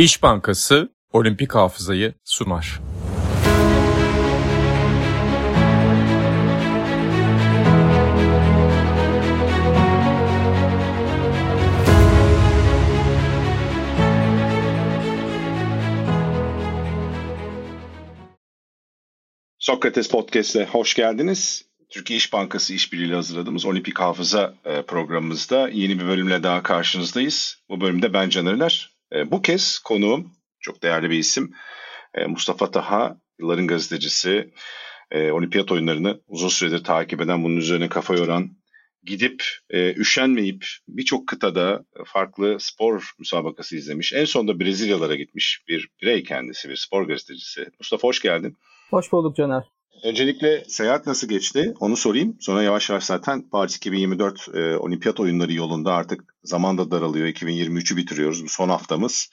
İş Bankası Olimpik Hafızayı sunar. Sokrates Podcast'e hoş geldiniz. Türkiye İş Bankası işbirliğiyle hazırladığımız Olimpik Hafıza programımızda yeni bir bölümle daha karşınızdayız. Bu bölümde ben Caner. Bu kez konuğum çok değerli bir isim. Mustafa Taha, yılların gazetecisi, olimpiyat oyunlarını uzun süredir takip eden, bunun üzerine kafa yoran, gidip üşenmeyip birçok kıtada farklı spor müsabakası izlemiş. En sonunda Brezilyalara gitmiş bir birey kendisi, bir spor gazetecisi. Mustafa hoş geldin. Hoş bulduk Caner. Öncelikle seyahat nasıl geçti onu sorayım. Sonra yavaş yavaş zaten Paris 2024 olimpiyat oyunları yolunda artık zaman da daralıyor. 2023'ü bitiriyoruz. Bu son haftamız.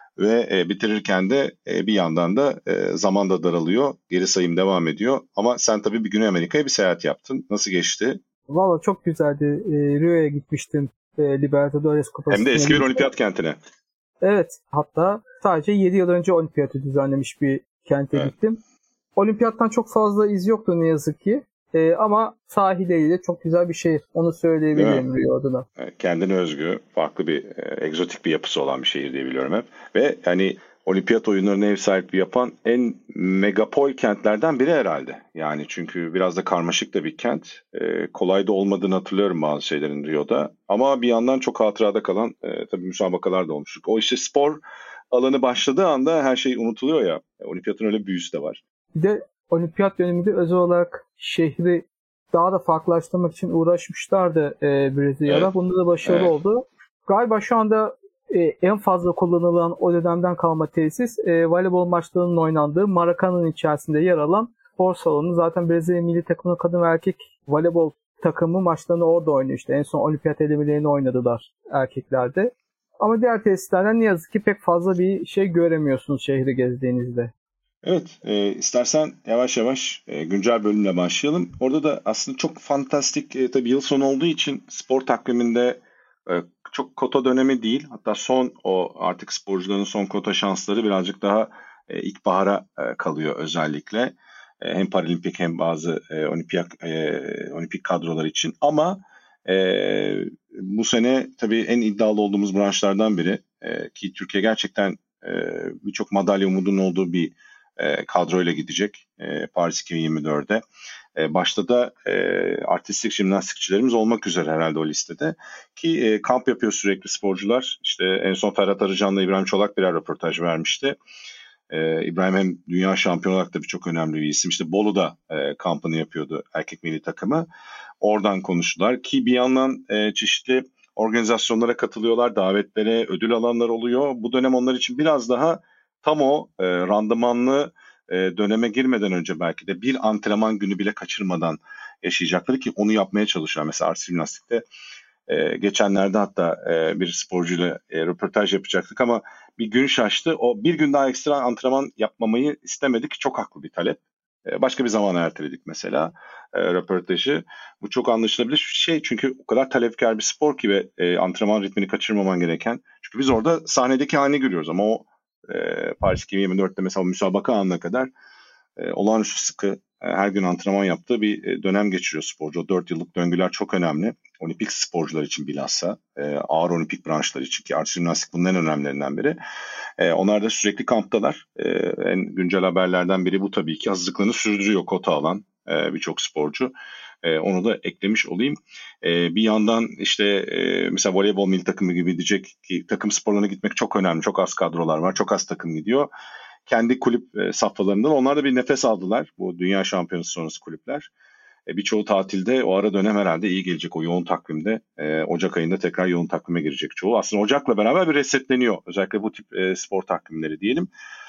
Ve bitirirken de bir yandan da zaman da daralıyor. Geri sayım devam ediyor. Ama sen tabii bir Güney Amerika'ya bir seyahat yaptın. Nasıl geçti? Valla çok güzeldi. Rio'ya gitmiştim. Libertadores Kupası. Hem de eski bir olimpiyat kentine. Evet. Hatta sadece 7 yıl önce olimpiyatı düzenlemiş bir kente gittim. Olimpiyattan çok fazla iz yoktu ne yazık ki. Ama sahiliyle çok güzel bir şehir. Onu söyleyebilirim Rio adına. Kendine özgü, farklı bir, egzotik bir yapısı olan bir şehir diye biliyorum hep. Ve hani olimpiyat oyunlarına ev sahipliği yapan en megapol kentlerden biri herhalde. Yani çünkü biraz da karmaşık da bir kent. Kolay da olmadığını hatırlıyorum bazı şeylerin Rio'da. Ama bir yandan çok hatırada kalan tabii müsabakalar da olmuştuk. O işte spor alanı başladığı anda her şey unutuluyor ya. Olimpiyatın öyle bir büyüsü de var. Bir de olimpiyat döneminde özel olarak şehri daha da farklılaştırmak için uğraşmışlardı Brezilya'da. Evet. Bunda da başarılı oldu. Galiba şu anda en fazla kullanılan o dönemden kalma tesis voleybol maçlarının oynandığı Maracanã'nın içerisinde yer alan spor salonu. Zaten Brezilya milli takımının kadın ve erkek voleybol takımı maçlarını orada oynuyor işte. En son olimpiyat elemelerini oynadılar erkeklerde. Ama diğer tesislerden ne yazık ki pek fazla bir şey göremiyorsunuz şehri gezdiğinizde. Evet, istersen yavaş yavaş güncel bölümle başlayalım. Orada da aslında çok fantastik, tabii yıl sonu olduğu için spor takviminde çok kota dönemi değil. Hatta son o artık sporcuların son kota şansları birazcık daha ilkbahara kalıyor özellikle. Hem paralimpik hem bazı olimpik kadrolar için. Ama bu sene tabii en iddialı olduğumuz branşlardan biri ki Türkiye gerçekten birçok madalya umudunun olduğu bir kadroyla gidecek Paris 2024'de. Başta da artistik jimnastikçilerimiz olmak üzere herhalde o listede. Ki kamp yapıyor sürekli sporcular. İşte en son Ferhat Arıcan'la İbrahim Çolak birer röportaj vermişti. İbrahim hem dünya şampiyonu olarak da çok önemli bir isim. İşte Bolu'da kampını yapıyordu erkek milli takımı. Oradan konuştular ki bir yandan çeşitli organizasyonlara katılıyorlar, davetlere, ödül alanlar oluyor. Bu dönem onlar için biraz daha tam o randımanlı döneme girmeden önce belki de bir antrenman günü bile kaçırmadan yaşayacakları ki onu yapmaya çalışıyor. Mesela artistik jimnastikte geçenlerde hatta bir sporcuyla röportaj yapacaktık ama bir gün şaştı. O bir gün daha ekstra antrenman yapmamayı istemedik. Çok haklı bir talep. Başka bir zamana erteledik mesela röportajı. Bu çok anlaşılabilir bir şey çünkü o kadar talepkar bir spor ki ve antrenman ritmini kaçırmaman gereken. Çünkü biz orada sahnedeki halini görüyoruz ama o Paris 2024'te mesela müsabaka anına kadar olağanüstü sıkı her gün antrenman yaptığı bir dönem geçiriyor sporcu. O 4 yıllık döngüler çok önemli. Olimpik sporcular için bilhassa ağır olimpik branşlar için ki artistik jimnastik bunun en önemlilerinden biri. Onlar da sürekli kamptalar. En güncel haberlerden biri bu tabii ki. Hazırlıklarını sürdürüyor kota alan birçok sporcu. Onu da eklemiş olayım. Bir yandan işte mesela voleybol milli takımı gibi diyecek ki takım sporlarına gitmek çok önemli. Çok az kadrolar var. Çok az takım gidiyor. Kendi kulüp safhalarından onlar da bir nefes aldılar. Bu dünya şampiyonası sonrası kulüpler. Birçoğu tatilde o ara dönem herhalde iyi gelecek o yoğun takvimde. Ocak ayında tekrar yoğun takvime girecek çoğu. Aslında Ocak'la beraber bir resetleniyor. Özellikle bu tip spor takvimleri diyelim.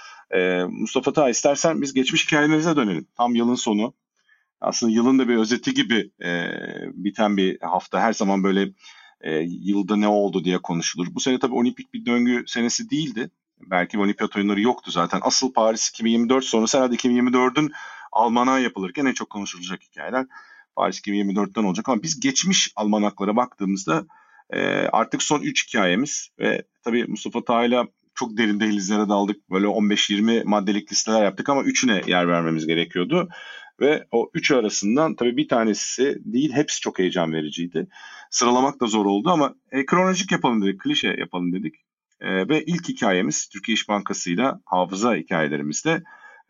Mustafa Taha istersen biz geçmiş hikayelerimize dönelim. Tam yılın sonu. Aslında yılın da bir özeti gibi biten bir hafta. Her zaman böyle yılda ne oldu diye konuşulur. Bu sene tabii olimpik bir döngü senesi değildi. Belki olimpiyat oyunları yoktu zaten. Asıl Paris 2024 sonrası herhalde 2024'ün almanağı yapılırken en çok konuşulacak hikayeler Paris 2024'ten olacak. Ama biz geçmiş almanaklara baktığımızda artık son 3 hikayemiz ve tabii Mustafa Taha'yla çok derin dehlizlere daldık. Böyle 15-20 maddelik listeler yaptık ama üçüne yer vermemiz gerekiyordu. Ve o üçü arasından tabii bir tanesi değil, hepsi çok heyecan vericiydi. Sıralamak da zor oldu ama kronolojik yapalım dedik, klişe yapalım dedik. Ve ilk hikayemiz Türkiye İş Bankası'yla hafıza hikayelerimizde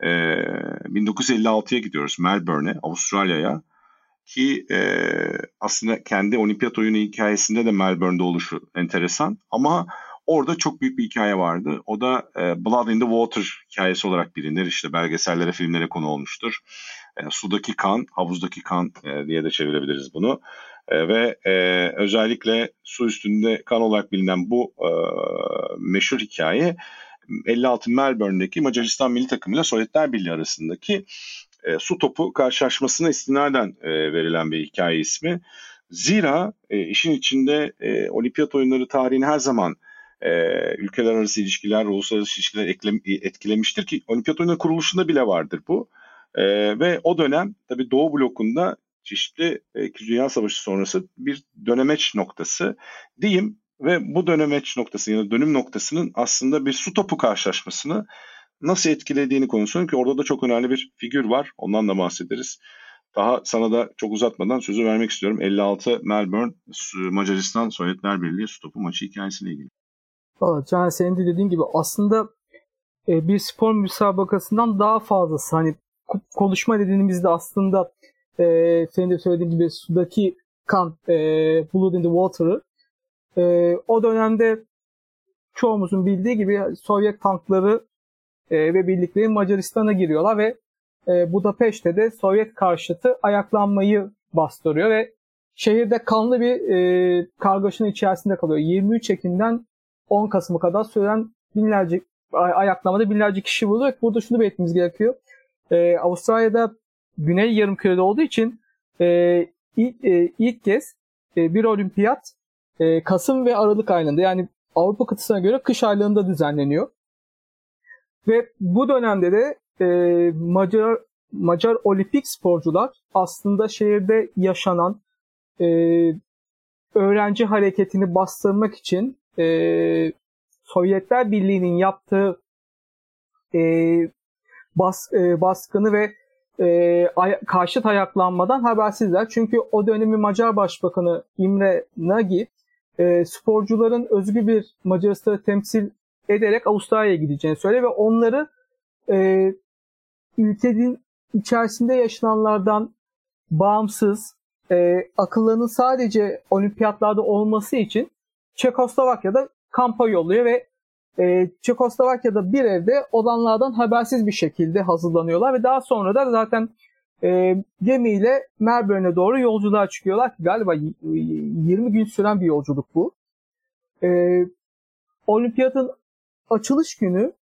1956'ya gidiyoruz, Melbourne'e, Avustralya'ya. Ki aslında kendi olimpiyat oyunu hikayesinde de Melbourne'de oluşu enteresan. Ama orada çok büyük bir hikaye vardı. O da Blood in the Water hikayesi olarak bilinir. İşte belgesellere, filmlere konu olmuştur. Sudaki kan, havuzdaki kan diye de çevirebiliriz bunu. Ve özellikle su üstünde kan olarak bilinen bu meşhur hikaye 56 Melbourne'deki Macaristan milli takımı ile Sovyetler Birliği arasındaki su topu karşılaşmasına istinaden verilen bir hikaye ismi. Zira işin içinde olimpiyat oyunları tarihini her zaman ülkeler arası ilişkiler, uluslararası ilişkiler etkilemiştir ki olimpiyat oyunları kuruluşunda bile vardır bu. Ve o dönem tabii Doğu blokunda çeşitli İkinci Dünya Savaşı sonrası bir dönemeç noktası diyeyim ve bu dönemeç noktası ya da dönüm noktasının aslında bir su topu karşılaşmasını nasıl etkilediğini konuşuyorum ki orada da çok önemli bir figür var. Ondan da bahsederiz. Daha sana da çok uzatmadan sözü vermek istiyorum. 56 Melbourne Macaristan Sovyetler Birliği su topu maçı hikayesiyle ilgili. Can, senin de dediğin gibi aslında bir spor müsabakasından daha fazlası. Hani konuşma dediğimizde aslında senin de söylediğin gibi sudaki kan, Blood in the Water'ı o dönemde çoğumuzun bildiği gibi Sovyet tankları ve birlikleri Macaristan'a giriyorlar ve Budapeşte de Sovyet karşıtı ayaklanmayı bastırıyor ve şehirde kanlı bir kargaşanın içerisinde kalıyor. 23 Ekim'den 10 Kasım'a kadar süren binlerce ayaklamada binlerce kişi vuruluyor. Burada şunu belirtmemiz gerekiyor. Avustralya'da Güney Yarımküre'de olduğu için ilk kez bir olimpiyat Kasım ve Aralık aylarında, yani Avrupa kıtasına göre kış aylarında düzenleniyor. Ve bu dönemde de Macar olimpik sporcular aslında şehirde yaşanan öğrenci hareketini bastırmak için Sovyetler Birliği'nin yaptığı baskını ve karşıt ayaklanmadan habersizler. Çünkü o dönemi Macar Başbakanı Imre Nagy sporcuların özgür bir Macaristan'ı temsil ederek Avustralya'ya gideceğini söylüyor ve onları ülkenin içerisinde yaşananlardan bağımsız, akıllarının sadece olimpiyatlarda olması için Çekoslovakya'da kampa yolluyor ve Çekoslovakya'da bir evde olanlardan habersiz bir şekilde hazırlanıyorlar ve daha sonra da zaten gemiyle Melbourne'e doğru yolculuğa çıkıyorlar. Galiba 20 gün süren bir yolculuk bu. Olimpiyatın açılış günü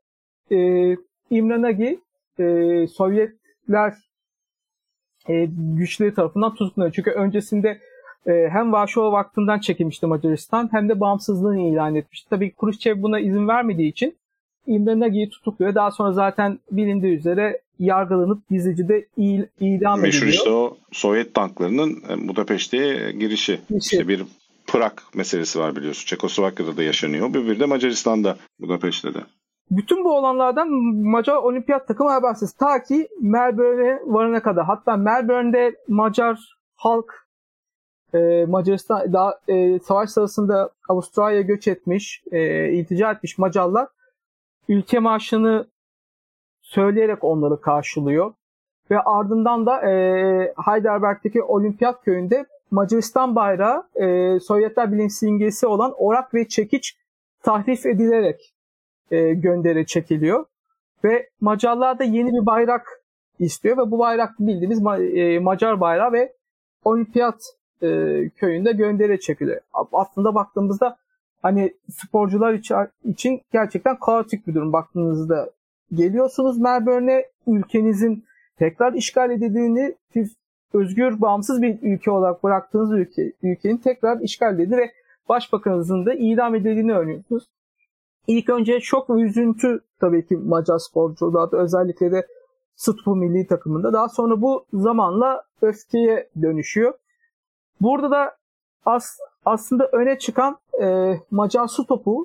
İmre Nagy Sovyetler güçleri tarafından tutuklanıyor. Çünkü öncesinde hem Varşova Vakfı'ndan çekilmişti Macaristan hem de bağımsızlığını ilan etmişti. Tabii Khrushchev buna izin vermediği için İmre Nagy'yi tutukluyor. Daha sonra zaten bilindiği üzere yargılanıp gizlice idam ediliyor. Meşhur işte o Sovyet tanklarının Budapeşte'ye girişi. İşte bir Prag meselesi var biliyorsun. Çekoslovakya'da da yaşanıyor. Bir de Macaristan'da, Budapeşte'de. Bütün bu olanlardan Macar olimpiyat takımı habersiz. Ta ki Melbourne'e varana kadar. Hatta Melbourne'de Macar halk Macaristan savaş sırasında Avustralya'ya göç etmiş, iltica etmiş Macarlar ülke marşını söyleyerek onları karşılıyor. Ve ardından da Heidelberg'deki Olimpiyat Köyü'nde Macaristan bayrağı Sovyetler Birliği simgesi olan orak ve çekiç tahrif edilerek gönderi çekiliyor. Ve Macarlar da yeni bir bayrak istiyor ve bu bayrak bildiğimiz Macar bayrağı ve Olimpiyat köyünde gönderi çekiliyor. Aslında baktığımızda hani sporcular için gerçekten kaotik bir durum. Baktığınızda geliyorsunuz Melbourne'e, ülkenizin tekrar işgal edildiğini, siz özgür, bağımsız bir ülke olarak bıraktığınız ülkenin tekrar işgal edildiğini ve başbakanınızın da idam edildiğini öğreniyorsunuz. İlk önce şok ve üzüntü tabii ki Macar sporcularda, özellikle de Spor milli takımında. Daha sonra bu zamanla öfkeye dönüşüyor. Burada da aslında öne çıkan Macar su topu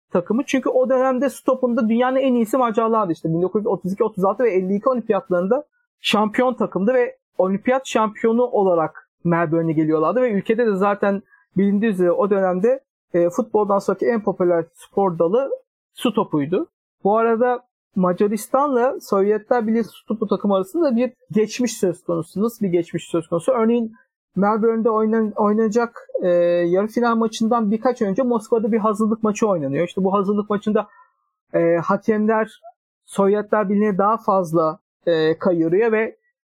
takımı. Çünkü o dönemde stopunda dünyanın en iyisi Macarlardı. İşte 1932, 36 ve 52 olimpiyatlarında şampiyon takımdı ve olimpiyat şampiyonu olarak Melbourne'e geliyorlardı ve ülkede de zaten bilindiği üzere o dönemde futboldan sonraki en popüler spor dalı su topuydu. Bu arada Macaristan'la Sovyetler Birliği su topu takımı arasında bir geçmiş söz konusu. Nasıl bir geçmiş söz konusu? Örneğin Melbourne'de oynanacak yarı final maçından birkaç önce Moskova'da bir hazırlık maçı oynanıyor. İşte bu hazırlık maçında hakemler Sovyetler Birliği'ne daha fazla kayırıyor ve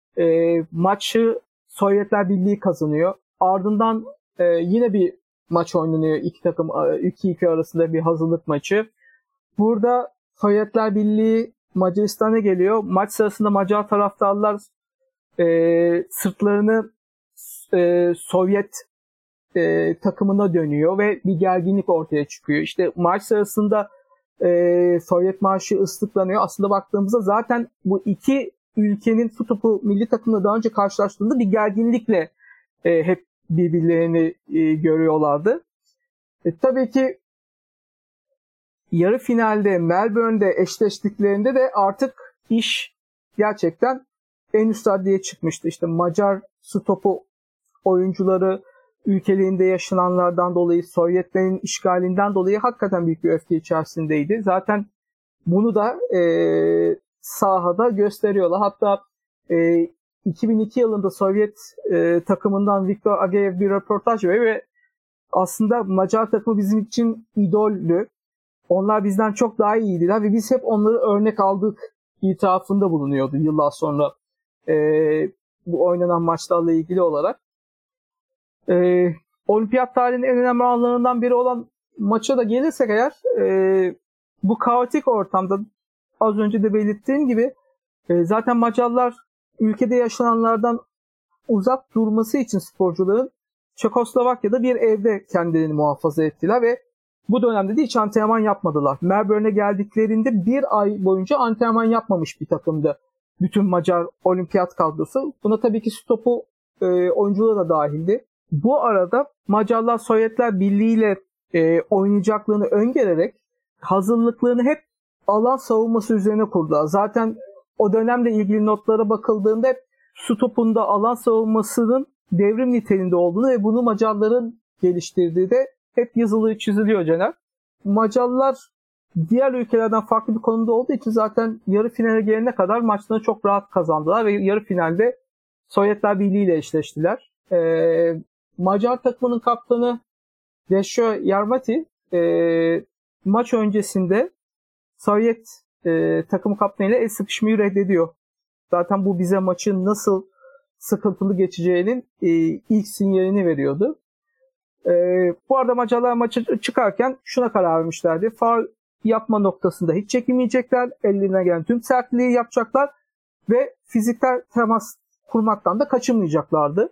maçı Sovyetler Birliği kazanıyor. Ardından yine bir maç oynanıyor iki takım 2-2 arasında bir hazırlık maçı. Burada Sovyetler Birliği Macaristan'a geliyor. Maç sırasında Macar taraftarlar sırtlarını Sovyet takımına dönüyor ve bir gerginlik ortaya çıkıyor. İşte maç sırasında Sovyet marşı ıslıklanıyor. Aslında baktığımızda zaten bu iki ülkenin su topu milli takımla daha önce karşılaştığında bir gerginlikle hep birbirlerini görüyorlardı. Tabii ki yarı finalde Melbourne'de eşleştiklerinde de artık iş gerçekten en üst raddeye çıkmıştı. İşte Macar su topu oyuncuları ülkelerinde yaşananlardan dolayı, Sovyetlerin işgalinden dolayı hakikaten büyük bir öfke içerisindeydi. Zaten bunu da sahada gösteriyorlar. Hatta 2002 yılında Sovyet takımından Viktor Ageyev bir röportaj veriyor ve aslında Macar takımı bizim için idoldü. Onlar bizden çok daha iyiydiler ve biz hep onları örnek aldık itirafında bulunuyordu yıllar sonra bu oynanan maçlarla ilgili olarak. Olimpiyat tarihinin en önemli anlarından biri olan maça da gelirsek eğer bu kaotik ortamda az önce de belirttiğim gibi zaten Macarlar ülkede yaşananlardan uzak durması için sporcuların Çekoslovakya'da bir evde kendilerini muhafaza ettiler ve bu dönemde de hiç antrenman yapmadılar. Melbourne'e geldiklerinde bir ay boyunca antrenman yapmamış bir takımdı bütün Macar olimpiyat kadrosu. Buna tabii ki su topu oyuncuları da dahildi. Bu arada Macarlar Sovyetler Birliği ile oynayacaklarını öngörerek hazırlıklarını hep alan savunması üzerine kurdular. Zaten o dönemle ilgili notlara bakıldığında hep su topunda alan savunmasının devrim niteliğinde olduğunu ve bunu Macarların geliştirdiği de hep yazılı çiziliyor Caner. Macarlar diğer ülkelerden farklı bir konumda olduğu için zaten yarı finale gelene kadar maçlarını çok rahat kazandılar ve yarı finalde Sovyetler Birliği ile eşleştiler. Macar takımının kaptanı Dezső Yarmati maç öncesinde Sovyet takım kaptanıyla el sıkışmayı reddediyor. Zaten bu bize maçın nasıl sıkıntılı geçeceğinin ilk sinyalini veriyordu. Bu arada Macarlar maça çıkarken şuna karar vermişlerdi. Faul yapma noktasında hiç çekinmeyecekler. Ellerine gelen tüm sertliği yapacaklar ve fiziksel temas kurmaktan da kaçınmayacaklardı.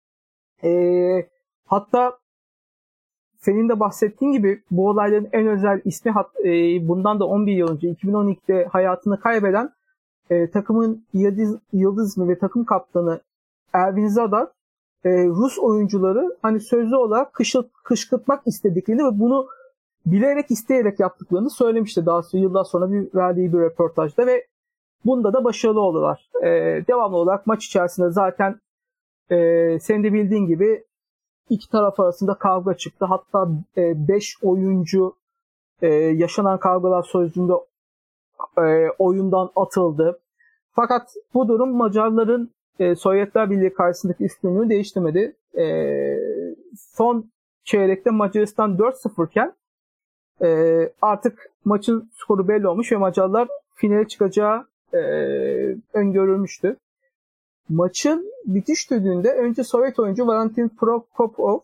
Hatta senin de bahsettiğin gibi bu olayların en özel ismi bundan da 11 yıl önce 2012'de hayatını kaybeden takımın yıldız ismi ve takım kaptanı Ervin Zadar Rus oyuncuları hani sözlü olarak kışkırtmak istediklerini ve bunu bilerek isteyerek yaptıklarını söylemişti daha yıllar sonra verdiği bir röportajda ve bunda da başarılı oldular. Devamlı olarak maç içerisinde zaten senin de bildiğin gibi iki taraf arasında kavga çıktı. Hatta 5 oyuncu yaşanan kavgalar sonucunda oyundan atıldı. Fakat bu durum Macarların Sovyetler Birliği karşısındaki üstünlüğünü değiştirmedi. Son çeyrekte Macaristan 4-0 iken artık maçın skoru belli olmuş ve Macarlar finale çıkacağı öngörülmüştü. Maçın bitiş düdüğünde önce Sovyet oyuncu Valentin Prokopov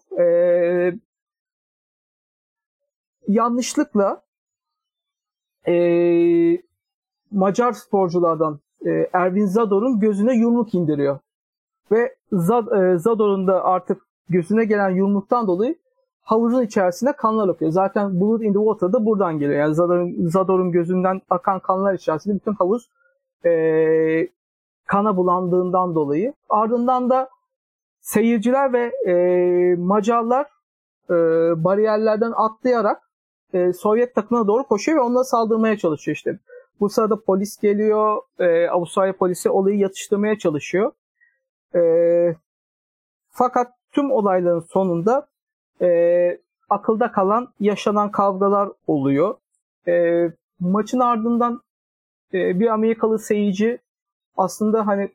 yanlışlıkla Macar sporculardan Ervin Zador'un gözüne yumruk indiriyor. Ve Zador'un da artık gözüne gelen yumruktan dolayı havuzun içerisinde kanlar akıyor. Zaten Blood in the Water da buradan geliyor. Yani Zador'un gözünden akan kanlar içerisinde bütün havuz kana bulandığından dolayı. Ardından da seyirciler ve Macarlar bariyerlerden atlayarak Sovyet takımına doğru koşuyor ve onlara saldırmaya çalışıyor işte. Bu sırada polis geliyor. Avustralya polisi olayı yatıştırmaya çalışıyor. Fakat tüm olayların sonunda akılda kalan yaşanan kavgalar oluyor. Maçın ardından bir Amerikalı seyirci aslında hani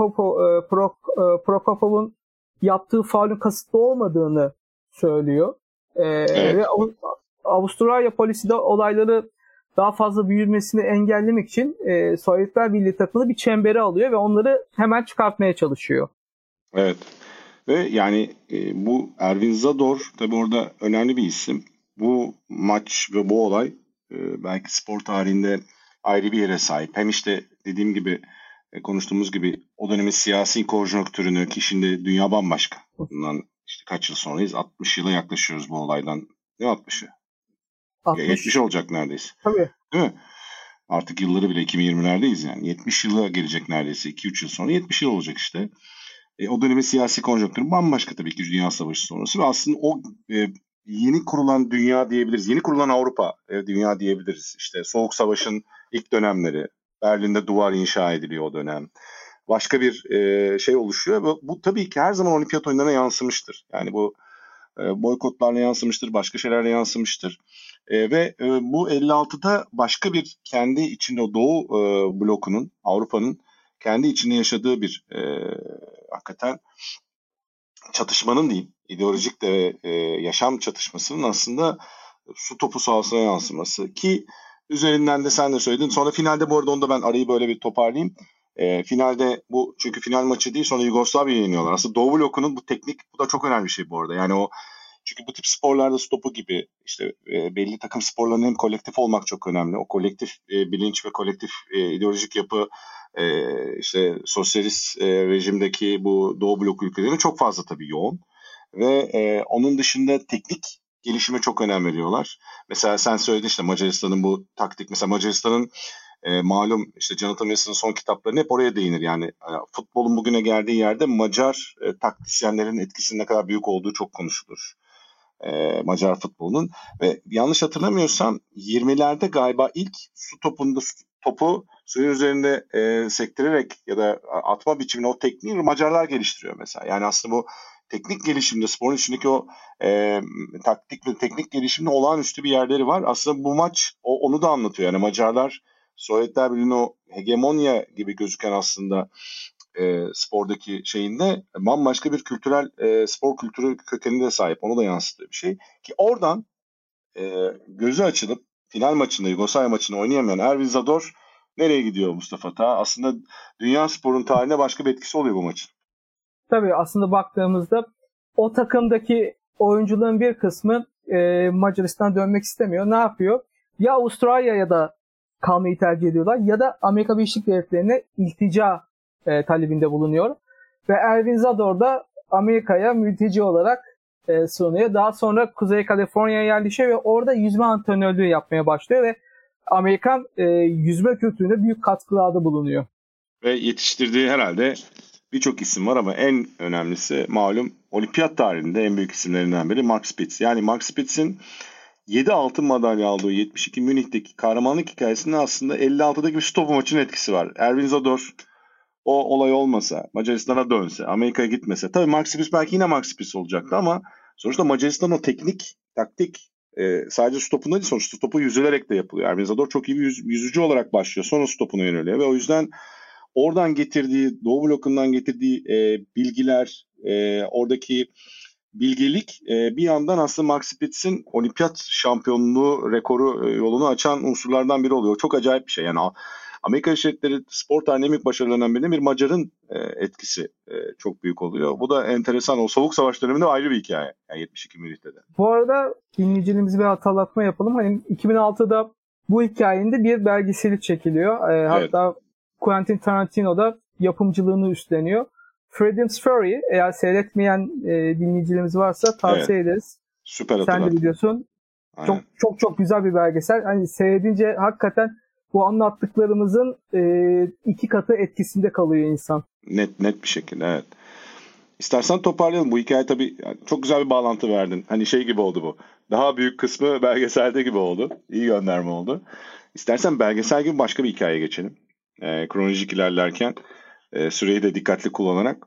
Prokopov'un yaptığı faulün kasıtlı olmadığını söylüyor. Evet. Ve Avustralya polisi de olayları daha fazla büyümesini engellemek için Sovyetler Birliği takımını bir çembere alıyor ve onları hemen çıkartmaya çalışıyor. Evet. Ve yani bu Ervin Zador tabii orada önemli bir isim. Bu maç ve bu olay belki spor tarihinde ayrı bir yere sahip. Hem işte dediğim gibi konuştuğumuz gibi o dönemin siyasi konjonktürünü ki şimdi dünya bambaşka. Bundan işte kaç yıl sonrayız? 60 yıla yaklaşıyoruz bu olaydan. Ne 60'ı? 70 olacak neredeyse. Tabii. Değil mi? Artık yılları bile 2020'lerdeyiz yani. 70 yıla gelecek neredeyse. 2-3 yıl sonra 70 yıl olacak işte. O dönemin siyasi konjonktürü bambaşka tabii ki Dünya Savaşı sonrası ve aslında o yeni kurulan dünya diyebiliriz. Yeni kurulan Avrupa dünya diyebiliriz. İşte Soğuk Savaş'ın ilk dönemleri. Berlin'de duvar inşa ediliyor o dönem. Başka bir şey oluşuyor. Bu tabii ki her zaman olimpiyat oyunlarına yansımıştır. Yani bu boykotlarla yansımıştır, başka şeylerle yansımıştır. Ve bu 56'da başka bir kendi içinde o Doğu blokunun, Avrupa'nın kendi içinde yaşadığı bir hakikaten çatışmanın diyeyim, ideolojik de yaşam çatışmasının aslında su topu sahasına yansıması ki üzerinden de sen de söyledin. Sonra finalde bu arada onu da ben arayı böyle bir toparlayayım. Finalde bu çünkü final maçı değil sonra Yugoslavya'yı yeniyorlar. Aslında Doğu blokunun bu teknik bu da çok önemli bir şey bu arada. Yani o çünkü bu tip sporlarda su topu gibi işte belli takım sporlarının hem kolektif olmak çok önemli. O kolektif bilinç ve kolektif ideolojik yapı işte sosyalist rejimdeki bu Doğu blok ülkelerinde çok fazla tabii yoğun. Ve onun dışında teknik gelişime çok önem veriyorlar. Mesela sen söyledin işte Macaristan'ın bu taktik. Mesela Macaristan'ın malum işte Jonathan Wilson'ın son kitaplarını hep oraya değinir. Yani futbolun bugüne geldiği yerde Macar taktisyenlerin etkisinin ne kadar büyük olduğu çok konuşulur. Macar futbolunun ve yanlış hatırlamıyorsam 20'lerde galiba ilk su topunda topu suyun üzerinde sektirerek ya da atma biçimini o tekniği Macarlar geliştiriyor mesela. Yani aslında bu teknik gelişimde sporun içindeki o taktik ve teknik gelişimde olağanüstü bir yerleri var. Aslında bu maç onu da anlatıyor. Yani Macarlar Sovyetler Birliği'nin o hegemonya gibi gözüken aslında spordaki şeyinde bambaşka bir kültürel spor kültürü kökenine de sahip. Onu da yansıttığı bir şey. Ki oradan gözü açılıp final maçında Yugoslavya maçını oynayamayan Ervin Zador nereye gidiyor Mustafa Ta? Aslında dünya sporun tarihine başka bir etkisi oluyor bu maçın. Tabii aslında baktığımızda o takımdaki oyuncuların bir kısmı Macaristan'a dönmek istemiyor. Ne yapıyor? Ya Avustralya'ya da kalmayı tercih ediyorlar ya da Amerika Birleşik Devletleri'ne iltica talebinde bulunuyor. Ve Ervin Zador da Amerika'ya mülteci olarak sığınıyor. Daha sonra Kuzey Kaliforniya'ya yerleşiyor ve orada yüzme antrenörlüğü yapmaya başlıyor ve Amerikan yüzme kültürüne büyük katkılarda bulunuyor. Ve yetiştirdiği herhalde birçok isim var ama en önemlisi malum olimpiyat tarihinde en büyük isimlerinden biri Mark Spitz. Yani Mark Spitz'in 7 altın madalya aldığı 72 Münih'teki kahramanlık hikayesinde aslında 56'daki bir stop maçının etkisi var. Ervin Zador o olay olmasa, Macaristan'a dönse, Amerika'ya gitmese. Tabii Mark Spitz belki yine Mark Spitz olacaktı ama sonuçta Macaristan'ın o teknik, taktik sadece stopunda değil sonuçta stopu yüzülerek de yapılıyor. Ervin Zador çok iyi bir yüzücü olarak başlıyor. Sonra stopuna yöneliyor ve o yüzden oradan getirdiği, Doğu blokundan getirdiği bilgiler, oradaki bilgelik bir yandan aslında Mark Spitz'in olimpiyat şampiyonluğu rekoru yolunu açan unsurlardan biri oluyor. Çok acayip bir şey. Yani Amerika Birleşik Devletleri spor tarihinin en büyük başarılarından birinde bir Macar'ın etkisi çok büyük oluyor. Bu da enteresan. O Soğuk Savaş döneminde ayrı bir hikaye. Yani 72 Münih'te de. Bu arada dinleyicilerimize bir hatırlatma yapalım. Hani 2006'da bu hikayenin de bir belgeseli çekiliyor. Evet. Hatta Quentin Tarantino da yapımcılığını üstleniyor. Freedom's Fury eğer seyretmeyen dinleyicilerimiz varsa tavsiye ederiz. Süper Sen de biliyorsun. Aynen. Çok güzel bir belgesel. Hani seyredince hakikaten bu anlattıklarımızın 2 katı etkisinde kalıyor insan. Net bir şekilde evet. İstersen toparlayalım. Bu hikaye tabii çok güzel bir bağlantı verdin. Hani şey gibi oldu bu. daha büyük kısmı belgeselde gibi oldu. İyi gönderme oldu. İstersen belgesel gibi başka bir hikayeye geçelim. Kronolojik ilerlerken süreyi de dikkatli kullanarak.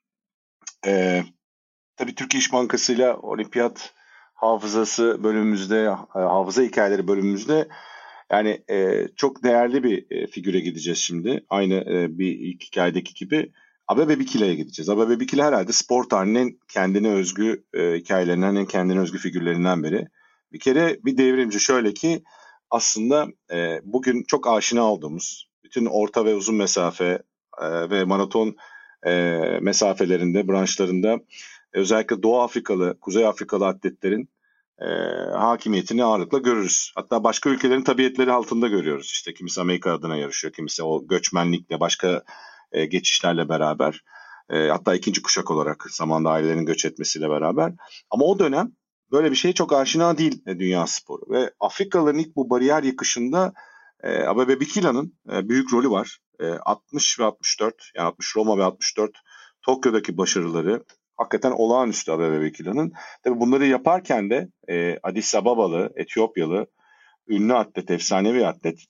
Tabii Türkiye İş Bankası ile Olimpiyat Hafızası bölümümüzde, hafıza hikayeleri bölümümüzde yani çok değerli bir figüre gideceğiz şimdi. Aynı bir ilk hikayedeki gibi Abebe Bikile'ye gideceğiz. Abebe Bikile herhalde spor tarihinin kendine özgü hikayelerinden, en kendine özgü figürlerinden biri. Bir kere bir devrimci, şöyle ki aslında bugün çok aşina olduğumuz bütün orta ve uzun mesafe ve maraton mesafelerinde, branşlarında özellikle Doğu Afrikalı, Kuzey Afrikalı atletlerin hakimiyetini ağırlıkla görürüz. Hatta başka ülkelerin tabiiyetleri altında görüyoruz. İşte kimisi Amerika adına yarışıyor, kimisi o göçmenlikle, başka geçişlerle beraber. Hatta ikinci kuşak olarak zamanda ailelerin göç etmesiyle beraber. Ama o dönem böyle bir şey çok aşina değil dünya sporu. Ve Afrikalıların ilk bu bariyer yıkışında Abebe Bikila'nın büyük rolü var. 60 ve 64, yani 60 Roma ve 64 Tokyo'daki başarıları hakikaten olağanüstü Abebe Bikila'nın. Tabii bunları yaparken de Addis Ababalı, Etiyopyalı, ünlü atlet, efsanevi atlet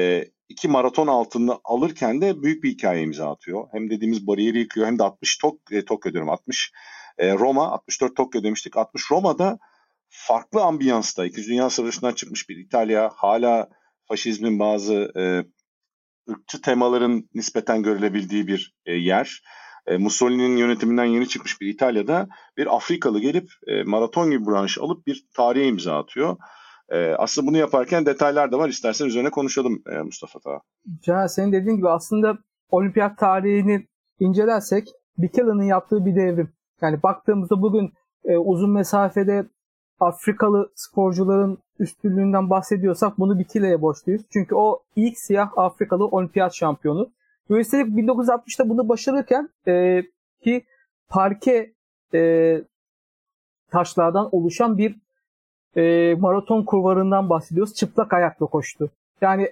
2 maraton altını alırken de büyük bir hikaye imza atıyor. Hem dediğimiz bariyeri yıkıyor, hem de 60 Tokyo diyorum, 60 Roma, 64 Tokyo demiştik. 60 Roma'da farklı ambiyansta, İkinci Dünya Savaşı'ndan çıkmış bir İtalya, hala faşizmin bazı ırkçı temaların nispeten görülebildiği bir yer. Mussolini'nin yönetiminden yeni çıkmış bir İtalya'da bir Afrikalı gelip maraton gibi branş alıp bir tarihe imza atıyor. Aslında bunu yaparken detaylar da var. İstersen üzerine konuşalım Mustafa Taha. Caner, senin dediğin gibi aslında olimpiyat tarihini incelersek Bikela'nın yaptığı bir devrim. Yani baktığımızda bugün uzun mesafede Afrikalı sporcuların üstünlüğünden bahsediyorsak bunu Bikela'ya borçluyuz. Çünkü o ilk siyah Afrikalı olimpiyat şampiyonu. Üstelik 1960'ta bunu başarırken ki parke taşlardan oluşan bir maraton kulvarından bahsediyoruz. Çıplak ayakla koştu. Yani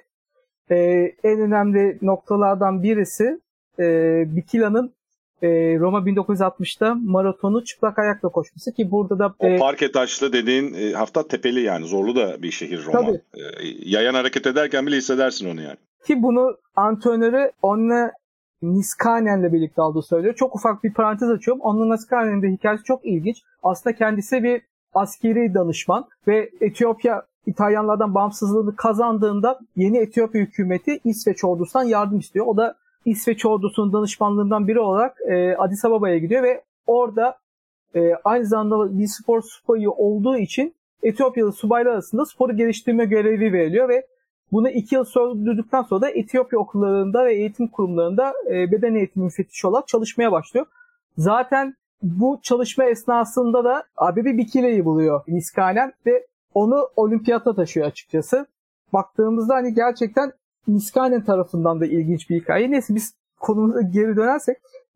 en önemli noktalardan birisi Bikila'nın Roma 1960'ta maratonu çıplak ayakla koşması ki burada da o parke taşlı dediğin hafta tepeli, yani zorlu da bir şehir Roma. Tabii. Yayan hareket ederken bile hissedersin onu yani. Ki bunu antrenörü Onne Niskanen'le birlikte aldığı söylüyor. Çok ufak bir parantez açıyorum. Onne Niskanen'in de hikayesi çok ilginç. Aslında kendisi bir askeri danışman ve Etiyopya İtalyanlardan bağımsızlığını kazandığında yeni Etiyopya hükümeti İsveç ordusundan yardım istiyor. O da İsveç ordusunun danışmanlığından biri olarak Addis Ababa'ya gidiyor ve orada aynı zamanda bir spor subayı olduğu için Etiyopyalı subaylar arasında sporu geliştirme görevi veriliyor ve bunu 2 yıl sürdürdükten sonra da Etiyopya okullarında ve eğitim kurumlarında beden eğitimi müfettişi olarak çalışmaya başlıyor. Zaten bu çalışma esnasında da Abebe Bikile'yi buluyor Niskanen ve onu olimpiyata taşıyor açıkçası. Baktığımızda hani gerçekten Niskanen tarafından da ilginç bir hikaye. Neyse, biz konumuza geri dönersek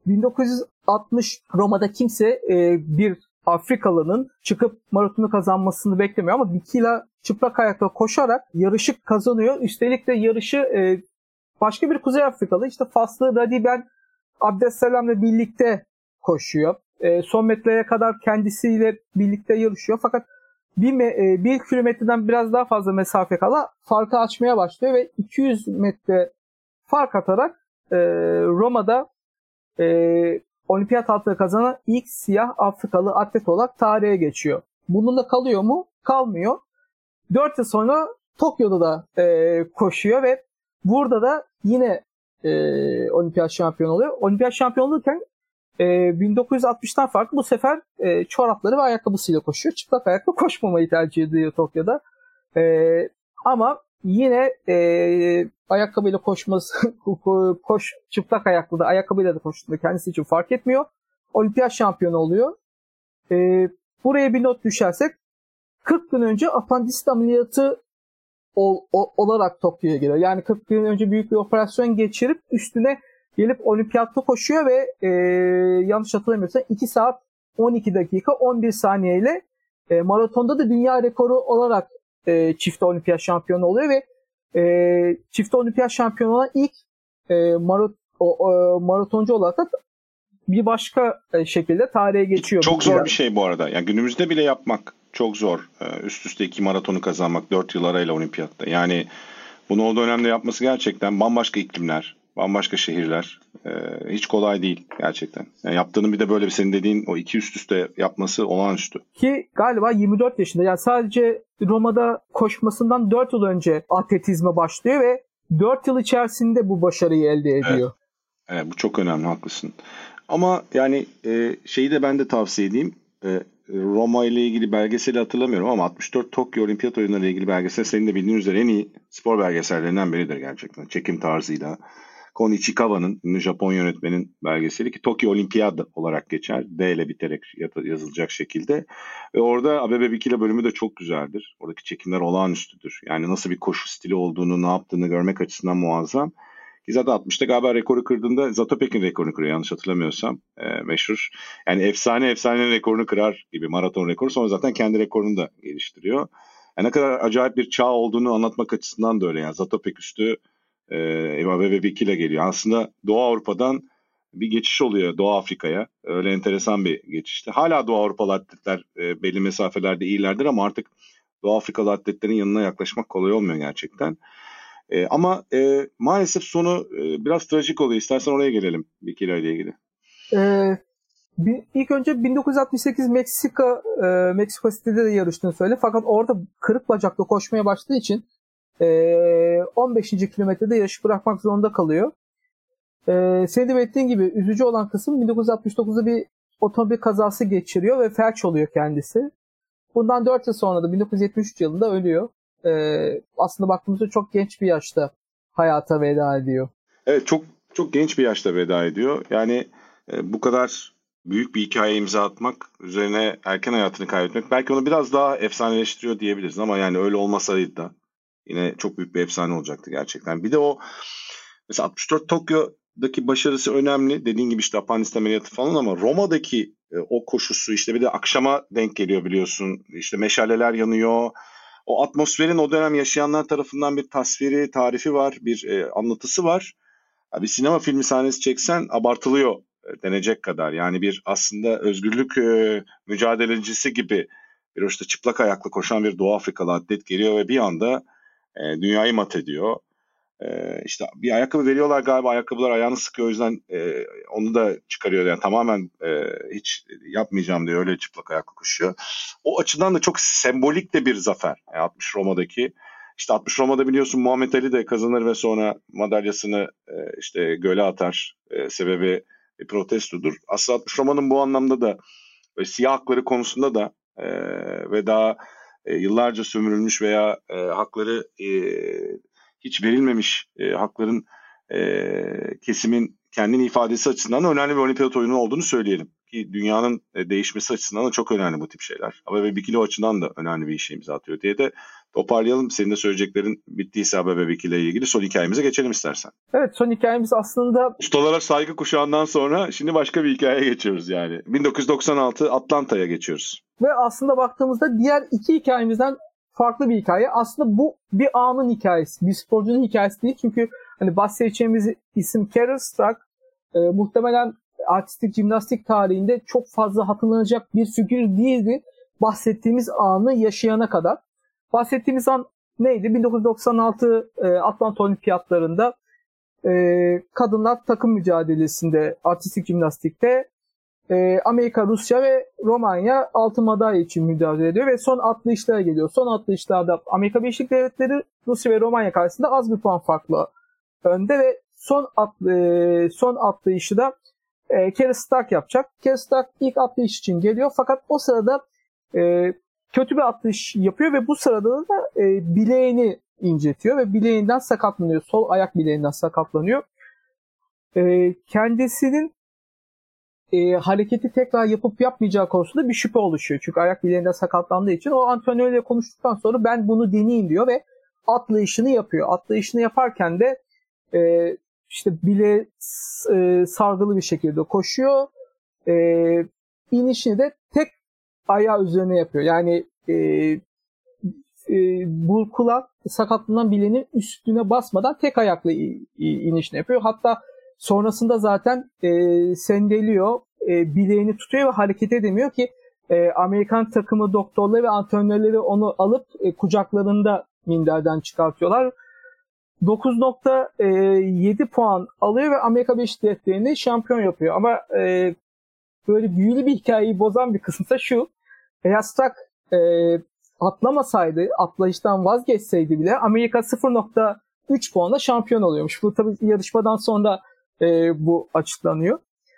1960 Roma'da kimse bir Afrikalının çıkıp maratonu kazanmasını beklemiyor ama Bikila çıplak ayakla koşarak yarışı kazanıyor. Üstelik de yarışı başka bir Kuzey Afrikalı, işte Faslı Radiben Abdeselam'la birlikte koşuyor. Son metreye kadar kendisiyle birlikte yarışıyor. Fakat bir kilometreden biraz daha fazla mesafe kala farkı açmaya başlıyor ve 200 metre fark atarak Roma'da olimpiyat altını kazanan ilk siyah Afrikalı atlet olarak tarihe geçiyor. Bununla kalıyor mu? Kalmıyor. 4 yıl sonra Tokyo'da da koşuyor ve burada da yine olimpiyat şampiyonu oluyor. Olimpiyat şampiyonu olurken 1960'tan farklı bu sefer çorapları ve ayakkabısıyla koşuyor. Çıplak ayakla koşmamayı tercih ediyor Tokyo'da. Ama yine ayakkabıyla koşması, çıplak ayaklı da ayakkabıyla da koştuğunda kendisi için fark etmiyor. Olimpiyat şampiyonu oluyor. Buraya bir not düşersek 40 gün önce apandisit ameliyatı olarak Tokyo'ya geliyor. Yani 40 gün önce büyük bir operasyon geçirip üstüne gelip olimpiyatta koşuyor ve yanlış hatırlamıyorsam 2 saat 12 dakika 11 saniye ile maratonda da dünya rekoru olarak çifte olimpiyat şampiyonu oluyor ve çifte olimpiyat şampiyonu olan ilk maratoncu olarak da bir başka şekilde tarihe geçiyor. Çok zor bir şey bu arada. Yani günümüzde bile yapmak çok zor. Üst üste 2 maratonu kazanmak 4 yıl arayla olimpiyatta. Yani bunu o dönemde yapması gerçekten bambaşka iklimler, bambaşka şehirler. Hiç kolay değil gerçekten. Yani yaptığının bir de böyle senin dediğin o 2 üst üste yapması olağanüstü. Ki galiba 24 yaşında. Yani sadece Roma'da koşmasından 4 yıl önce atletizme başlıyor ve 4 yıl içerisinde bu başarıyı elde ediyor. Evet, bu çok önemli, haklısın. Ama yani şeyi de ben de tavsiye edeyim. Roma ile ilgili belgeseli hatırlamıyorum ama 64 Tokyo Olimpiyat Oyunları ile ilgili belgesel senin de bildiğin üzere en iyi spor belgesellerinden biridir gerçekten. Çekim tarzıyla. Kon Ichikawa'nın, ünlü Japon yönetmenin belgeseli ki Tokyo Olimpiyat olarak geçer. D ile biterek yazılacak şekilde. Ve orada Abebe Bikila bölümü de çok güzeldir. Oradaki çekimler olağanüstüdür. Yani nasıl bir koşu stili olduğunu, ne yaptığını görmek açısından muazzam. Ki zaten 60'ta galiba rekoru kırdığında Zatopek'in rekorunu kırıyor yanlış hatırlamıyorsam. Meşhur. Yani efsane rekorunu kırar gibi maraton rekoru. Sonra zaten kendi rekorunu da geliştiriyor. Yani ne kadar acayip bir çağ olduğunu anlatmak açısından da öyle. Yani Zatopek üstü Abebe Bikila geliyor. Aslında Doğu Avrupa'dan bir geçiş oluyor Doğu Afrika'ya. Öyle enteresan bir geçişti. Hala Doğu Avrupalı atletler belli mesafelerde iyilerdir ama artık Doğu Afrikalı atletlerin yanına yaklaşmak kolay olmuyor gerçekten. Ama maalesef sonu biraz trajik oluyor. İstersen oraya gelelim Bikila ile ilgili. İlk önce 1968 Meksiko City'de de yarıştığını söyle. Fakat orada kırık bacakla koşmaya başladığı için 15. kilometrede yarışı bırakmak zorunda kalıyor. Senin de belirttiğin gibi üzücü olan kısım 1969'da bir otomobil kazası geçiriyor ve felç oluyor kendisi. Bundan 4 yıl sonra da 1973 yılında ölüyor. Aslında baktığımızda çok genç bir yaşta hayata veda ediyor. Evet, çok çok genç bir yaşta veda ediyor. Yani bu kadar büyük bir hikaye imza atmak, üzerine erken hayatını kaybetmek belki onu biraz daha efsaneleştiriyor diyebiliriz ama yani öyle olmasaydı da yine çok büyük bir efsane olacaktı gerçekten. Bir de o mesela 64 Tokyo'daki başarısı önemli. Dediğin gibi işte apandisit ameliyatı falan ama Roma'daki o koşusu işte bir de akşama denk geliyor biliyorsun. İşte meşaleler yanıyor. O atmosferin o dönem yaşayanlar tarafından bir tasviri, tarifi var, bir anlatısı var. Bir sinema filmi sahnesi çeksen abartılıyor denecek kadar. Yani bir aslında özgürlük mücadelecisi gibi bir işte çıplak ayaklı koşan bir Doğu Afrikalı atlet geliyor ve bir anda dünyayı mat ediyor. İşte bir ayakkabı veriyorlar galiba, ayakkabılar ayağını sıkıyor, o yüzden onu da çıkarıyor. Yani tamamen hiç yapmayacağım diyor, öyle çıplak ayaklı koşuyor. O açıdan da çok sembolik de bir zafer. Yani 60 Roma'daki. İşte 60 Roma'da biliyorsun Muhammed Ali de kazanır ve sonra madalyasını işte göle atar. Sebebi protestodur. Aslında 60 Roma'nın bu anlamda da siyah hakları konusunda da ve daha yıllarca sömürülmüş veya hakları hiç verilmemiş hakların kesimin kendini ifadesi açısından önemli bir olimpiyat oyunu olduğunu söyleyelim. Ki dünyanın değişmesi açısından da çok önemli bu tip şeyler. Abebe Bikila açısından da önemli bir işe imza atıyor diye de toparlayalım. Senin de söyleyeceklerin bittiyse Abebe Bikila ile ilgili son hikayemize geçelim istersen. Evet, son hikayemiz aslında... Ustalara saygı kuşağından sonra şimdi başka bir hikayeye geçiyoruz yani. 1996 Atlanta'ya geçiyoruz. Ve aslında baktığımızda diğer iki hikayemizden farklı bir hikaye. Aslında bu bir anın hikayesi. Bir sporcunun hikayesi değil. Çünkü hani bahsedeceğimiz isim Carol Stark muhtemelen artistik jimnastik tarihinde çok fazla hatırlanacak bir figür değildi. Bahsettiğimiz anı yaşayana kadar. Bahsettiğimiz an neydi? 1996 Atlanta Olimpiyatlarında kadınlar takım mücadelesinde artistik jimnastikte Amerika, Rusya ve Romanya altın madalya için mücadele ediyor ve son atlayışlara geliyor. Son atlayışlarda Amerika Birleşik Devletleri, Rusya ve Romanya karşısında az bir puan farklı önde ve son atlayışı da Carol Stark yapacak. Carol Stark ilk atlayış için geliyor fakat o sırada kötü bir atlayış yapıyor ve bu sırada da bileğini incetiyor ve bileğinden sakatlanıyor. Sol ayak bileğinden sakatlanıyor. Kendisinin hareketi tekrar yapıp yapmayacağı konusunda bir şüphe oluşuyor. Çünkü ayak bileğinden sakatlandığı için o antrenörle konuştuktan sonra ben bunu deneyeyim diyor ve atlayışını yapıyor. Atlayışını yaparken de işte bileği sargılı bir şekilde koşuyor. İnişini de tek ayağı üzerine yapıyor. Yani burkulan sakatlanan bileğinin üstüne basmadan tek ayakla inişini yapıyor. Hatta Sonrasında zaten sendeliyor, bileğini tutuyor ve hareket edemiyor ki Amerikan takımı doktorları ve antrenörleri onu alıp kucaklarında minderden çıkartıyorlar. 9.7 puan alıyor ve Amerika Birleşik Devletleri'ni şampiyon yapıyor. Ama böyle büyülü bir hikayeyi bozan bir kısımsa şu. Eğer Stark atlamasaydı, atlayıştan vazgeçseydi bile Amerika 0.3 puanla şampiyon oluyormuş. Bu tabii yarışmadan sonra bu açıklanıyor.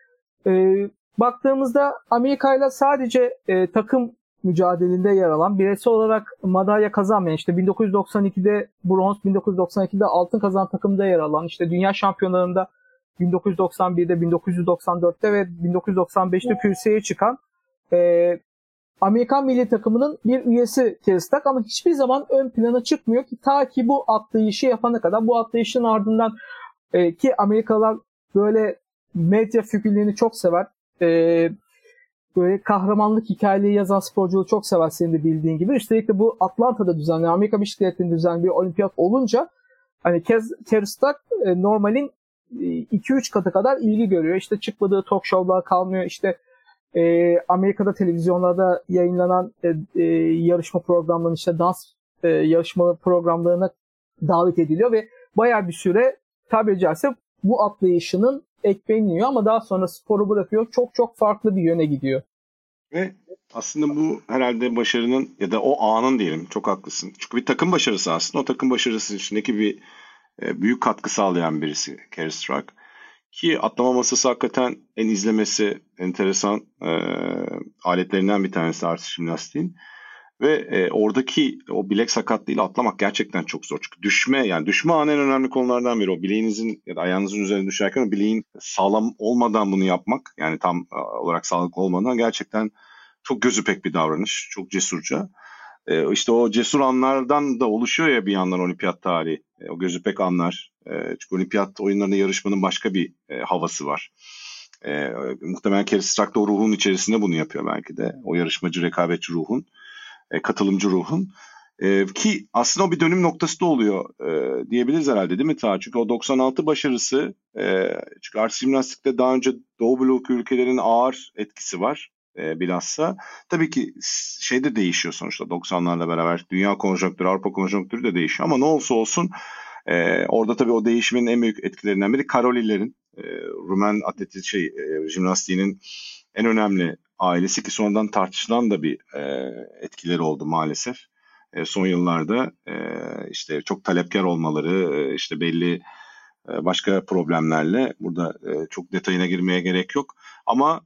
Baktığımızda Amerika ile sadece takım mücadelinde yer alan, bireysel olarak madalya kazanmayan, işte 1992'de bronz, 1992'de altın kazanan takımda yer alan, işte dünya şampiyonlarında 1991'de, 1994'te ve 1995'te kürsüye çıkan Amerikan milli takımının bir üyesi Kerry Stark, ama hiçbir zaman ön plana çıkmıyor ki ta ki bu atlayışı yapana kadar. Bu atlayışın ardından ki Amerikalılar böyle medya figürlerini çok sever. Böyle kahramanlık hikayeleri yazan sporcuları çok sever, senin de bildiğin gibi. Üstelik de bu Atlanta'da düzenlenen, Amerika Birleşik Devletleri'nde düzenlenen bir olimpiyat olunca hani Kerry Stark normalin 2-3 katı kadar ilgi görüyor. İşte çıkmadığı talk show'lar kalmıyor. İşte Amerika'da televizyonlarda yayınlanan yarışma programlarının, işte dans yarışma programlarına davet ediliyor ve bayağı bir süre tabiri caizse bu atlayışının ekmeğini yiyor, ama daha sonra sporu bırakıyor. Çok çok farklı bir yöne gidiyor. Ve aslında bu herhalde başarının ya da o anın diyelim, çok haklısın. Çünkü bir takım başarısı aslında. O takım başarısı içindeki bir büyük katkı sağlayan birisi Kerry Stark. Ki atlama masası hakikaten en izlemesi enteresan aletlerinden bir tanesi artış jimnastiğin. Ve oradaki o bilek sakatlığıyla atlamak gerçekten çok zor. Çünkü düşme anı en önemli konulardan biri. O bileğinizin ya da ayağınızın üzerine düşerken o bileğin sağlam olmadan bunu yapmak, yani tam olarak sağlıklı olmadan, gerçekten çok gözü pek bir davranış. Çok cesurca. İşte o cesur anlardan da oluşuyor ya bir yandan olimpiyat tarihi. O gözü pek anlar. Çünkü olimpiyat oyunlarında yarışmanın başka bir havası var. Muhtemelen Kerry Stark da o ruhun içerisinde bunu yapıyor belki de. O yarışmacı, rekabetçi ruhun, katılımcı ruhun. Ki aslında o bir dönüm noktası da oluyor diyebiliriz herhalde, değil mi Taha? Çünkü o 96 başarısı, çünkü artık jimnastikte daha önce Doğu bloku ülkelerin ağır etkisi var bilhassa. Tabii ki şey de değişiyor sonuçta 90'larla beraber. Dünya konjonktürü, Avrupa konjonktürü de değişiyor, ama ne olursa olsun orada tabii o değişimin en büyük etkilerinden biri Karolilerin, Rumen jimnastiğinin en önemli ailesi, ki sonradan tartışılan da bir etkileri oldu maalesef. Son yıllarda işte çok talepkar olmaları, işte belli başka problemlerle, burada çok detayına girmeye gerek yok. Ama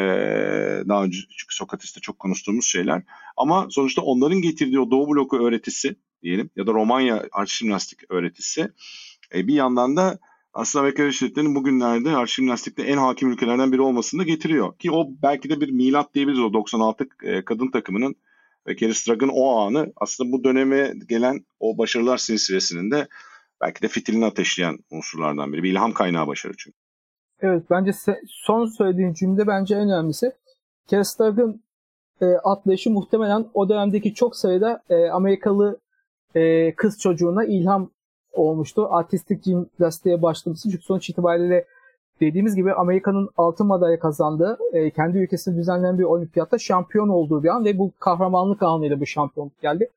daha önce çünkü Sokrates'te çok konuştuğumuz şeyler. Ama sonuçta onların getirdiği o Doğu bloku öğretisi diyelim ya da Romanya arşijimnastik öğretisi bir yandan da aslında Amerika Birleşik Devletleri'nin bugünlerde arşijimnastikte en hakim ülkelerden biri olmasını da getiriyor. Ki o belki de bir milat diyebiliriz, o 96 kadın takımının ve Kerry Stark'ın o anı aslında bu döneme gelen o başarılar silsilesinin de belki de fitilini ateşleyen unsurlardan biri. Bir ilham kaynağı başarı çünkü. Evet, bence son söylediğin cümle bence en önemlisi. Kerry Stark'ın atlayışı muhtemelen o dönemdeki çok sayıda Amerikalı kız çocuğuna ilham olmuştu. Artistik jimnastiğe başlaması. Çünkü sonuç itibariyle dediğimiz gibi Amerika'nın altın madalya kazandığı, kendi ülkesinde düzenlenen bir olimpiyatta şampiyon olduğu bir an ve bu kahramanlık anıyla bu şampiyonluk geldi.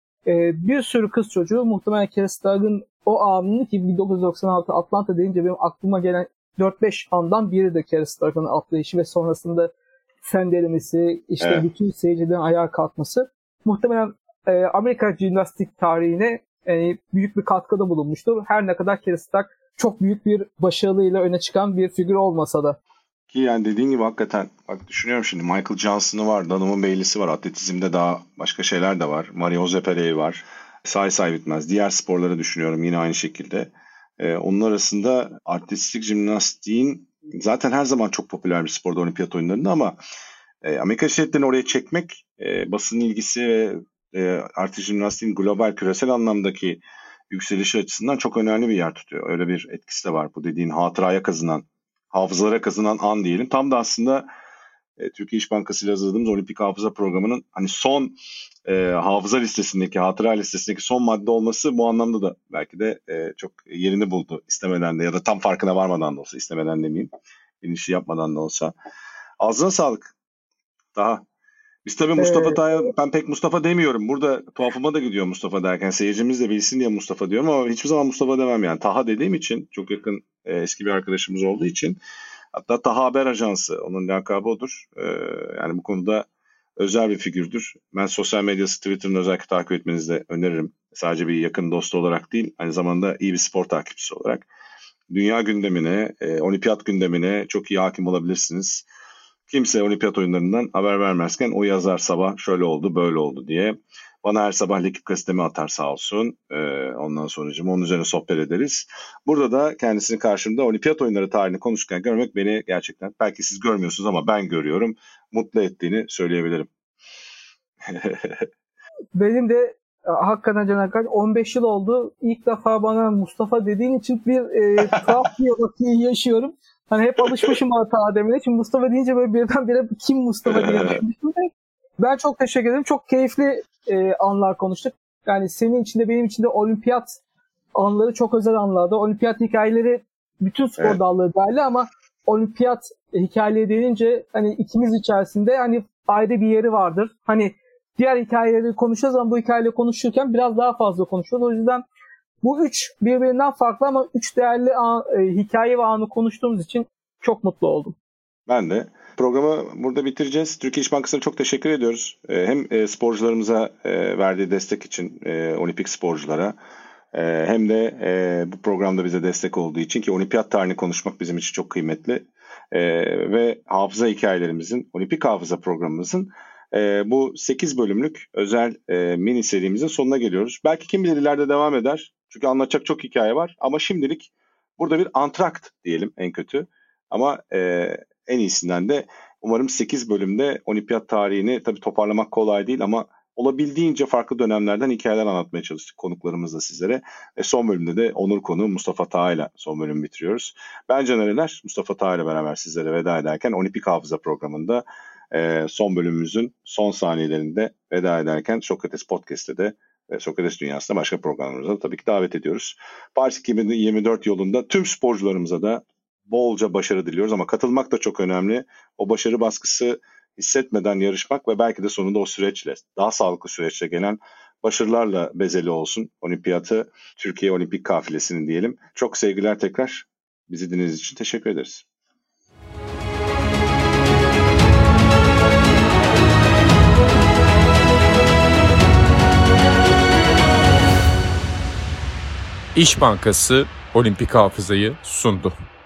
Bir sürü kız çocuğu muhtemelen Kerry Stark'ın o anını, ki 1996 Atlanta deyince benim aklıma gelen 4-5 andan biri de Kerry Stark'ın atlayışı ve sonrasında sendelemesi, işte evet, bütün seyircilerin ayağa kalkması muhtemelen Amerika jimnastik tarihine büyük bir katkıda bulunmuştur. Her ne kadar Kerry Stark çok büyük bir başarıyla öne çıkan bir figür olmasa da. Ki yani dediğin gibi hakikaten, bak düşünüyorum şimdi, Michael Johnson'ı var, Donovan Bailey'si var, atletizmde daha başka şeyler de var. Maria Jose Perey var. Say bitmez. Diğer sporları düşünüyorum yine aynı şekilde. Onun arasında artistik jimnastiğin zaten her zaman çok popüler bir sporda olimpiyat oyunlarında, ama Amerika Birleşik Devletleri'ni oraya çekmek, basının ilgisi ve artistik jimnastiğin global, küresel anlamdaki yükselişi açısından çok önemli bir yer tutuyor. Öyle bir etkisi de var bu dediğin hafızalara kazınan an diyelim. Tam da aslında Türkiye İş Bankası ile hazırladığımız olimpik hafıza programının hani son hafıza listesindeki, hatıra listesindeki son madde olması bu anlamda da belki de çok yerini buldu istemeden de, ya da tam farkına varmadan da olsa, istemeden demeyeyim, bilinçli yapmadan da olsa. Ağzına sağlık. Daha. Biz tabii Mustafa Tay'a, ben pek Mustafa demiyorum. Burada tuhafıma da gidiyor Mustafa derken. Seyircimiz de bilsin diye Mustafa diyorum ama hiçbir zaman Mustafa demem yani. Taha dediğim için, çok yakın eski bir arkadaşımız olduğu için. Hatta Taha Haber Ajansı, onun lakabı odur. Yani bu konuda özel bir figürdür. Ben sosyal medyası, Twitter'ını özellikle takip etmenizi de öneririm. Sadece bir yakın dostu olarak değil, aynı zamanda iyi bir spor takipçisi olarak. Dünya gündemine, olimpiyat gündemine çok iyi hakim olabilirsiniz. Kimse olimpiyat oyunlarından haber vermezken o yazar sabah şöyle oldu, böyle oldu diye. Bana her sabah Lekip gazetemi atar sağ olsun. Ondan sonracığım onun üzerine sohbet ederiz. Burada da kendisini karşımda olimpiyat oyunları tarihini konuşurken görmek beni gerçekten, belki siz görmüyorsunuz ama ben görüyorum, mutlu ettiğini söyleyebilirim. Benim de hakikaten Caner, 15 yıl oldu. İlk defa bana Mustafa dediğin için bir tuhaf bir vakit yaşıyorum. Hani hep alışmışım hata demeye. Şimdi Mustafa deyince böyle birdenbire kim Mustafa diye düşünmüştüm. Ben çok teşekkür ederim. Çok keyifli anlar konuştuk. Yani senin için de benim için de olimpiyat anları çok özel anlardı. Olimpiyat hikayeleri bütün spor dalları dahil ama olimpiyat hikayeleri denince hani ikimiz içerisinde hani ayrı bir yeri vardır. Hani diğer hikayeleri konuşacağız ama bu hikayeleri konuşurken biraz daha fazla konuşuyoruz. O yüzden bu üç birbirinden farklı ama üç değerli hikaye ve anı konuştuğumuz için çok mutlu oldum. Ben de. Programı burada bitireceğiz. Türkiye İş Bankası'na çok teşekkür ediyoruz. Hem sporcularımıza verdiği destek için, olimpik sporculara, hem de bu programda bize destek olduğu için, ki olimpiyat tarihini konuşmak bizim için çok kıymetli. Ve hafıza hikayelerimizin, olimpik hafıza programımızın bu 8 bölümlük özel mini serimizin sonuna geliyoruz. Belki kim bilir ileride devam eder. Çünkü anlatacak çok hikaye var. Ama şimdilik burada bir antrakt diyelim en kötü. Ama en iyisinden de umarım 8 bölümde olimpiyat tarihini tabii toparlamak kolay değil ama olabildiğince farklı dönemlerden hikayeler anlatmaya çalıştık konuklarımızla sizlere. Son bölümde de onur konuğu Mustafa Taha ile son bölümü bitiriyoruz. Ben Caner Eler, Mustafa Taha ile beraber sizlere veda ederken Olimpik Hafıza programında son bölümümüzün son saniyelerinde veda ederken Sokrates Podcast'te de Sokrates Dünyası'nda başka programlarımıza da tabii ki davet ediyoruz. Paris 2024 yolunda tüm sporcularımıza da bolca başarı diliyoruz ama katılmak da çok önemli. O başarı baskısı hissetmeden yarışmak ve belki de sonunda o süreçle, daha sağlıklı süreçle gelen başarılarla bezeli olsun olimpiyatı, Türkiye Olimpik Kafilesi'nin diyelim. Çok sevgiler tekrar. Bizi dinlediğiniz için teşekkür ederiz. İş Bankası Olimpik Hafızayı sundu.